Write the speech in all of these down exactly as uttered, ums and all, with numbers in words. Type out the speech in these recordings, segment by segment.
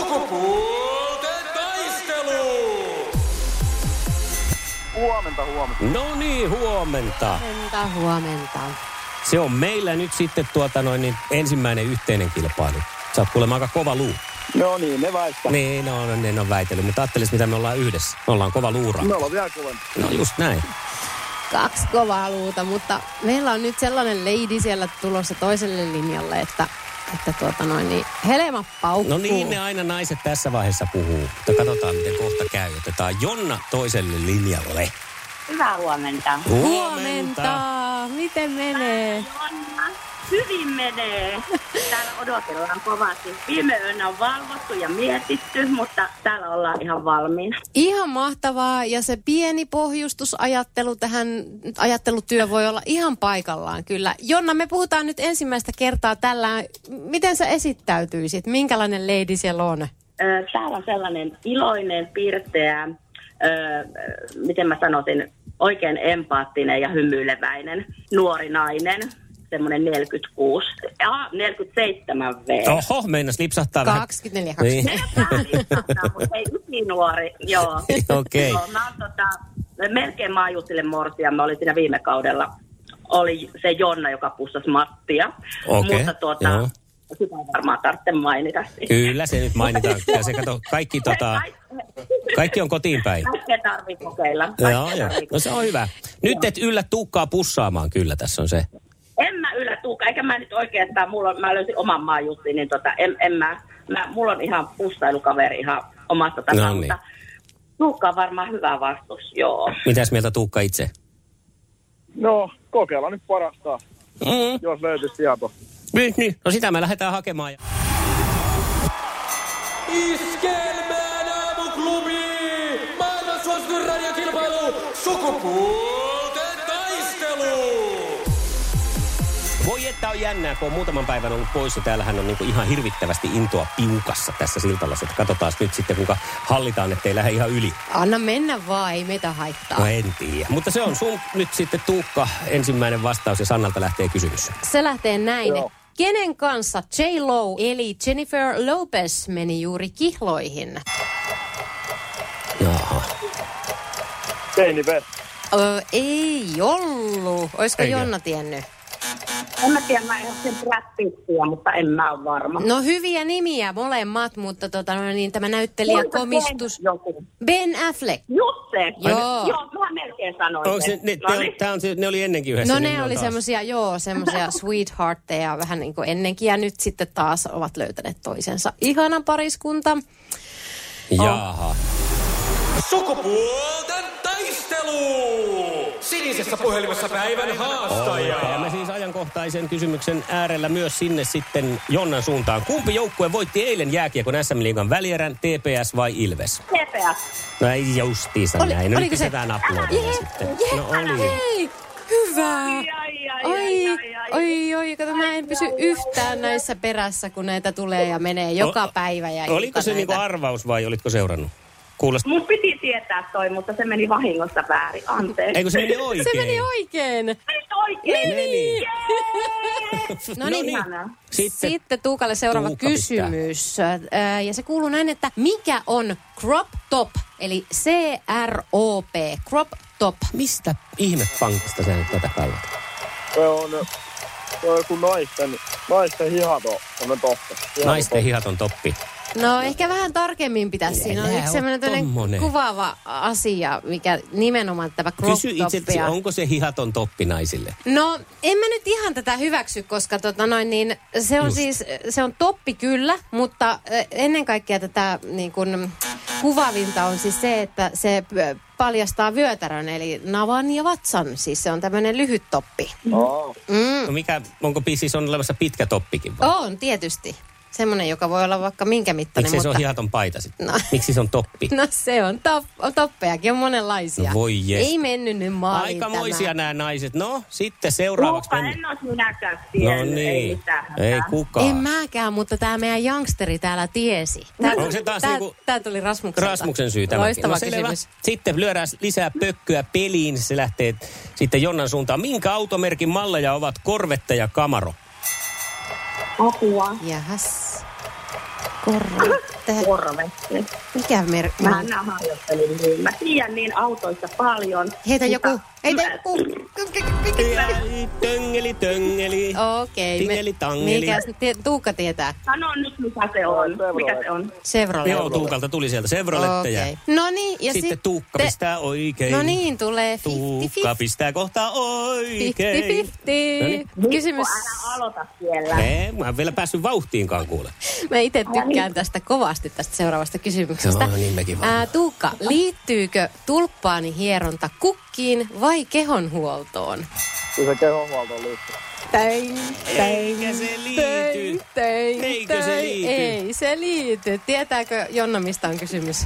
Sukupuolten taistelu! Huomenta, huomenta. No niin, huomenta. Huomenta, huomenta. Se on meillä nyt sitten tuota noin niin ensimmäinen yhteinen kilpailu. Sä oot kuulemma aika kova luu. No niin, ne väittää. Niin, no, no ne on väitellyt, mutta ajattelis mitä me ollaan yhdessä. Me ollaan kova luura. Me ollaan vielä kovempi. No just näin. Kaksi kovaa luuta, mutta meillä on nyt sellainen lady siellä tulossa toiselle linjalle, että, että tuota noin niin, helma paukkuu. No niin, ne aina naiset tässä vaiheessa puhuu. Mutta katsotaan, miten kohta käy. Otetaan Jonna toiselle linjalle. Hyvää huomenta. Huomenta. Miten menee? Jonna, hyvin menee. Täällä odotellaan kovasti. Viime yönä on valvottu ja mietitty, mutta täällä ollaan ihan valmiina. Ihan mahtavaa, ja se pieni pohjustusajattelu tähän, ajattelutyö voi olla ihan paikallaan kyllä. Jonna, me puhutaan nyt ensimmäistä kertaa tällä. Miten sä esittäytyisit? Minkälainen lady siellä on? Täällä on sellainen iloinen, pirteä, öö, miten mä sanoisin, oikein empaattinen ja hymyileväinen nuori nainen. Semmoinen neljäkymmentäkuusi, ah, neljäkymmentäseitsemän V. Oho, meinas lipsahtaa vähän. kaksikymmentäneljä kaksikymmentä. Niin. Lipsahtaa, mutta ei yksi nuori, joo. Okei. Okay. Mä oon tota, melkein Maajusille morsia, mä olin siinä viime kaudella. Oli se Jonna, joka pussasi Mattia. Okei, Mutta tuota, joo. sitä varmaan tarvitse mainita. Kyllä se nyt mainitaan. Ja se kato, kaikki tota, kaikki on kotiin päin. Kaikkea tarvii kokeilla. Joo, joo. No se on hyvä. Nyt et yllä Tuukkaa pussaamaan kyllä, tässä on se. En mä yllä Tuukka, eikä mä nyt oikeastaan, mulla on, mä löysin oman Maajussin, niin tota, en, en mä, mä, mulla on ihan pussailukaveri ihan omasta takaa, No niin. mutta Tuukka on varmaan hyvä vastus, joo. Mitäs mieltä Tuukka itse? No, kokeillaan nyt parasta, Mm. jos löytyisi tieto. Niin, niin. No sitä me lähdetään hakemaan. Iskelmään aamuklubi! Maailman suosituin radiokilpailu! Sukupuolten taistelu! Voi että on jännää, kun on muutaman päivän ollut pois ja täällähän on niinku ihan hirvittävästi intoa piukassa tässä Siltalassa. Että katsotaan nyt sitten, kuinka hallitaan, ettei lähde ihan yli. Anna mennä vaan, ei meitä haittaa. No en tiedä. Mutta se on sun nyt sitten Tuukka ensimmäinen vastaus ja Sannalta lähtee kysymys. Se lähtee näin. Joo. Kenen kanssa J-Lo eli Jennifer Lopez meni juuri kihloihin? Jaha. Teini Vest. Öö, ei ollut. Olisiko Ei Jonna tiennyt? En mä tiedä, mä en ole sen Brad Pittiä, mutta en mä ole varma. No hyviä nimiä molemmat, mutta tota, no niin, tämä näyttelijä komistus. Ben joku. Ben Affleck. Just se. Joo. Joo, mä melkein sanoin Onko se, sen. ne, No ne, niin. tää on se, ne oli ennenkin yhdessä. No niin ne on oli taas. semmosia, joo, semmosia sweetheartteja vähän niin kuin ennenkin. Ja nyt sitten taas ovat löytäneet toisensa. Ihana pariskunta. Jaha. Sukupuolten taistelu! Sinisessä puhelimessa päivän haastaja. Ja me siis ajankohtaisen kysymyksen äärellä myös sinne sitten Jonnan suuntaan. Kumpi joukkue voitti eilen jääkiekon S M-liigan välierän, T P S vai Ilves? T P S. No ei justiinsa Oli- näin. No nyt oliko se- pistetään aplodeja sitten. No oli. Hei, hyvä. Ai, ai, ai, Oi, ai, ai. oi, oi, kato, mä en pysy yhtään näissä perässä, kun näitä tulee ja menee joka O- päivä ja Oliko ilta se niinku näitä. arvaus vai olitko seurannut? Kuulosti. Mun piti tietää toi, mutta se meni vahingossa väärin. Anteeksi. Eikö se meni oikein? Se meni oikein. Meni oikein. Meni. No niin, Ihanaa. Sitten, Sitten Tuukalle seuraava Tuukka kysymys. Äh, Ja se kuuluu näin, että mikä on crop top, eli C R O P, crop top? mistä ihmepankista sä nyt tätä kaivat? Se on, se on joku naisten, naisten hihato, on toppe. Naisten hihaton toppi. No ehkä vähän tarkemmin pitäisi. Siinä on Älä yksi oo semmoinen tommonen. kuvaava asia, mikä nimenomaan tämä crop Kysy itseltäsi, topia. onko se hihaton toppi naisille? No, en mä nyt ihan tätä hyväksy, koska tota noin, niin, se on Just. siis, se on toppi kyllä, mutta äh, ennen kaikkea tätä niin kun, kuvavinta on siis se, että se p- paljastaa vyötärön, eli navan ja vatsan. Siis se on tämmöinen lyhyt toppi. Oh. Mm. No mikä, onko siis on olemassa pitkä toppikin vai? On, tietysti. Semmoinen, joka voi olla vaikka minkä mittainen, Miksi se mutta... on hihaton paita sitten? No. Miksi se on toppi? No se on, top, on toppejakin, on monenlaisia. No voi jes. Ei mennyt nyt maaliin Aikamoisia tämä. nämä naiset. No, sitten seuraavaksi Luukka, mennään. en olisi minäkään No tiennyt. Ei niin, mitään hätää. ei kukaan. En mäkään, mutta tämä meidän youngsteri täällä tiesi. Tää, Onko se taas tää, niinku tää tuli Rasmukselta. Rasmuksen syy tämäkin. Loistava No selvä. kysymys. Sitten lyödään lisää pökköä peliin. Se lähtee sitten Jonnan suuntaan. Minkä automerkin malleja ovat Corvette ja Camaro? Apua. Jahas. Corvette. sitten... Korvetti. Mikä merkki? Mä nää harjoittelin niin. Mä tiedän niin autoista paljon. Heitä mutta... joku... Heitä joku... Töngeli, töngeli. Okei. Tingeli, tangeli. Mikäs Tuukka tietää? Sano nyt, mikä se on. Mikä se on? Chevrolet. Joo, Tuukalta tuli sieltä Chevroletteja. Okei. No niin, ja sitten sit Tuukka te... pistää oikein. No niin, tulee viisikymmentä Tuukka pistää kohtaa oikein. viisikymmentä. No niin. Kysymys... Älä aloita siellä. Ei, mä en vielä päässyt vauhtiinkaan kuule. Mä itse tykkään tästä kovasti tästä seuraavasta kysymyksestä. No niin, mekin Ää, Tuukka, liittyykö tulppaani hieronta kukkiin vai kehonhuoltoon? Kyllä se kehonhuoltoon liittyy. Tein, tein, Eikä se liity. tein, tein, Eikö se tein. liity? Ei se liity. Tietääkö Jonna, mistä on kysymys?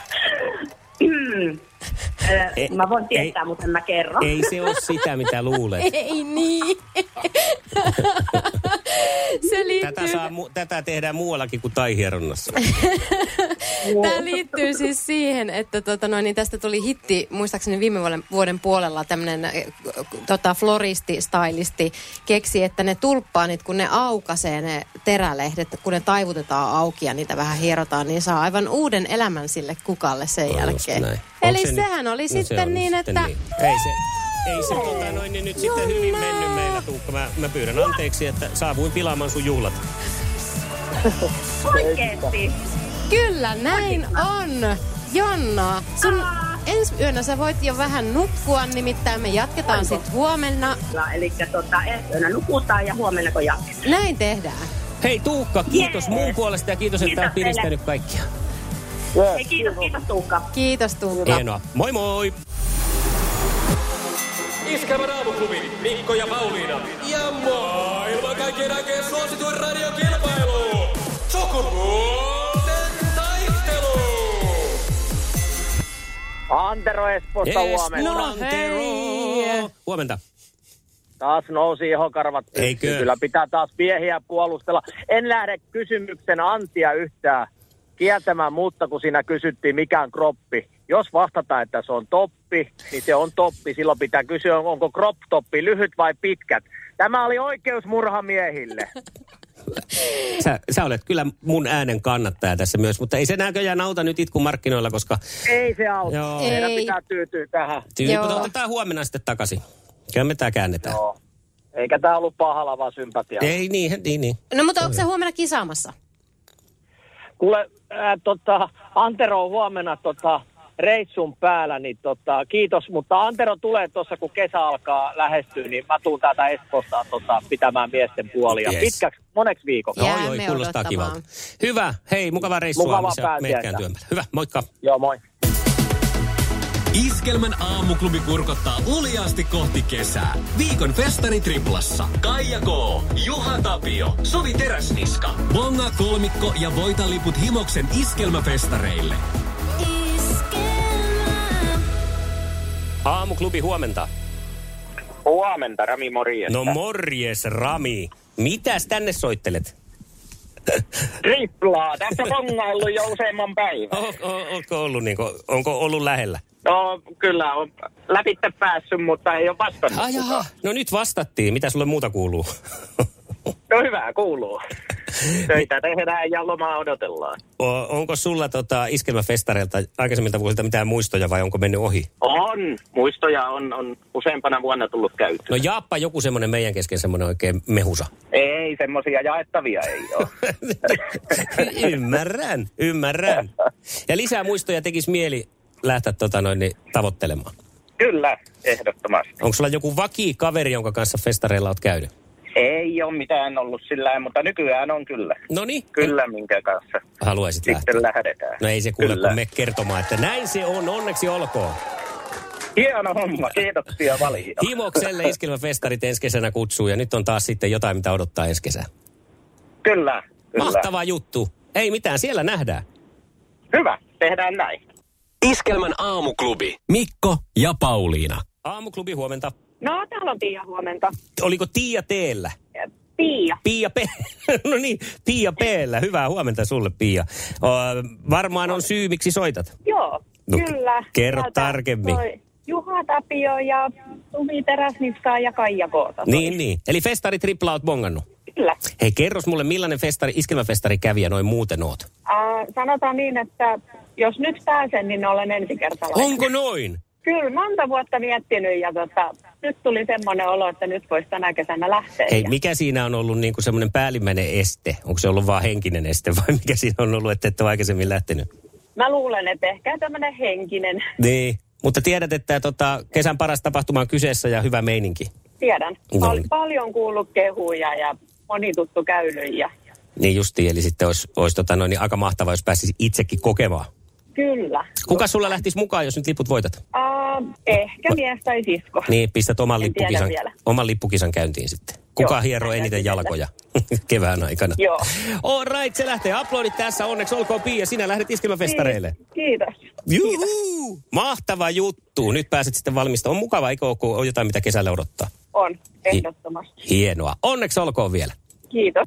Mm. Ei, Mä voin tietää, ei, mutta en mä kerro. Ei se ole sitä, mitä luulet. Ei niin. Se liittyy... Tätä, saa, tätä tehdään muuallakin kuin taihieronnassa. Tämä liittyy siis siihen, että tota noin, niin tästä tuli hitti, muistaakseni viime vuoden, vuoden puolella tämmöinen äh, tota, floristi, stylisti keksi, että ne tulppaanit, kun ne aukaisee ne terälehdet, kun ne taivutetaan auki ja niitä vähän hierotaan, niin saa aivan uuden elämän sille kukalle sen No, jälkeen. Eli se sehän nyt, oli no, sitten se on niin, sitten että... Niin. Ei se, ei se tota noin, niin nyt sitten hyvin mennyt meillä, Tuukka. Mä, mä pyydän anteeksi, että saavuin pilaamaan sun juhlat. Oikeesti. Kyllä, näin on. Jonna, sun ensi yönä sä voit jo vähän nukkua, nimittäin me jatketaan sitten huomenna. Eli tota, ensi yönä nukutaan ja huomenna kun jatketaan. Näin tehdään. Hei Tuukka, kiitos Yes. muun puolesta ja kiitos, että Kiitos olet piristänyt kaikkia. Yes. Hei, kiitos, kiitos Tuukka. Kiitos Tuukka. Hienoa. Moi moi! Iskelmän aamuklubi, Mikko ja Pauliina. Ja maailman kaikkien aikeen suosituen radiokilpailu. Sukupuolten taistelu. Antero Espoosta huomenna. No hei! Huomenta. Taas nousi ihokarvat. Eikö? Kyllä pitää taas miehiä puolustella. En lähde kysymyksen antia yhtään kieltämään, mutta kun siinä kysyttiin mikä on kroppi. Jos vastataan, että se on toppi, niin se on toppi. Silloin pitää kysyä, onko crop toppi lyhyt vai pitkät. Tämä oli oikeusmurha miehille. Sä, sä olet kyllä mun äänen kannattaja tässä myös, mutta ei se näköjään auta nyt itkun markkinoilla, koska... Ei se auta. Joo. Meidän Ei. pitää tyytyä tähän. Tyyppi, Joo. mutta otetaan huomenna sitten takaisin. Kyllä me tää käännetään. Joo. Eikä tämä ollut pahalla, vaan sympatia. Ei niin, niin, niin. No mutta onko se huomenna kisaamassa? Kuule, ää, tota, Antero on huomenna tota, reissun päällä, niin tota, kiitos. Mutta Antero tulee tuossa, kun kesä alkaa lähestyä, niin mä tuun täältä Espoosta tota, pitämään miesten puolia. Yes. Pitkäksi, moneksi viikoksi. Joo, Jäämme joo, kuulostaa odottamaan. kivalta. Hyvä, hei, mukava reissua, Mukavaa missä pääsiäistä. meetkään työn päällä. Hyvä, moikka. Joo, moi. Iskelmän aamuklubi kurkottaa uljaasti kohti kesää. Viikon festari triplassa. Kaija K, Juha Tapio, Suvi Teräsniska, Bonga kolmikko ja voita liput Himoksen iskelmäfestareille. Aamuklubi, huomenta. Huomenta, Rami, morjesta. No morjes, Rami. Mitäs tänne soittelet? Triplaa, tässä on bongaillut jo useamman päivän. O, o, onko, ollut, niin kuin, onko ollut lähellä? No, kyllä on läpitte päässyt, mutta ei ole vastannut. Ah, jaha. No nyt vastattiin. Mitä sulle muuta kuuluu? No hyvä, kuuluu. Töitä tehdään ja lomaa odotellaan. O, onko sulla tota, iskelmäfestareilta aikaisemmilta vuosilta mitään muistoja vai onko mennyt ohi? On. Muistoja on, on useampana vuonna tullut käyttöön. No jaappa joku semmoinen meidän kesken semmoinen oikein mehusa. Ei, semmoisia jaettavia ei ole. Ymmärrän, ymmärrän. Ja lisää muistoja tekisi mieli lähteä tota noin, niin, tavoittelemaan. Kyllä, ehdottomasti. Onko sulla joku vakikaveri, jonka kanssa festareilla oot käynyt? Ei ole mitään ollut sillä, mutta nykyään on kyllä. Noniin. Kyllä, minkä kanssa Haluaisit sitten lähteä. lähdetään. No ei se kuule, Kyllä. kun me kertomaan, että näin se on, onneksi olkoon. Hieno homma, kiitoksia paljon. Himokselle iskelmäfestarit ensi kesänä kutsuu ja nyt on taas sitten jotain, mitä odottaa ensi kesää. Kyllä, kyllä. Mahtava juttu. Ei mitään, siellä nähdään. Hyvä, tehdään näin. Iskelmän aamuklubi, Mikko ja Pauliina. Aamuklubi, huomenta. No, täällä on Tiia, huomenta. Oliko Tiia teellä? Pia. Pia P. No niin, Pia P:llä. Hyvää huomenta sulle, Pia. O, varmaan on syy, miksi soitat. Joo, No, kyllä. kerro Täältä tarkemmin. toi Juha Tapio ja Suvi Teräsniska ja Kaija Koota. Niin, niin. Eli festari tripla oot bongannut. Kyllä. Hei, kerros mulle, millainen festari, iskelmäfestari kävijä noin muuten oot? Äh, sanotaan niin, että jos nyt pääsen, niin olen ensikertalainen. Onko noin? Kyllä, monta vuotta miettinyt ja tota, nyt tuli semmoinen olo, että nyt voisi tänä kesänä lähteä. Hei, mikä siinä on ollut niinku semmoinen päällimmäinen este? Onko se ollut vaan henkinen este vai mikä siinä on ollut, että et ole aikaisemmin lähtenyt? Mä luulen, että ehkä tämmöinen henkinen. Niin, mutta tiedät, että tota, kesän paras tapahtuma on kyseessä ja hyvä meininki. Tiedän. No. Pal- paljon kuullut kehuja ja moni tuttu käynyt. Ja... Niin justiin, eli sitten olisi, olisi tota noin, niin aika mahtavaa, jos pääsisi itsekin kokemaan. Kyllä. Kuka sulla lähtisi mukaan, jos nyt liput voitat? Uh, ehkä mies tai sisko. Niin, pistät oman, En lippukisan, tiedä vielä. oman lippukisan käyntiin sitten. Kuka Joo, hieroo näin eniten näin jalkoja kevään aikana? Joo. All right, se lähtee. Aplodit tässä. Onneksi olkoon Pia. Sinä lähdet iskelmäfestareille. Kiitos. Juhu! Mahtava juttu. Nyt pääset sitten valmista. On mukava, eikö ole, kun on jotain, mitä kesällä odottaa? On, ehdottomasti. Hienoa. Onneksi olkoon vielä. Kiitos.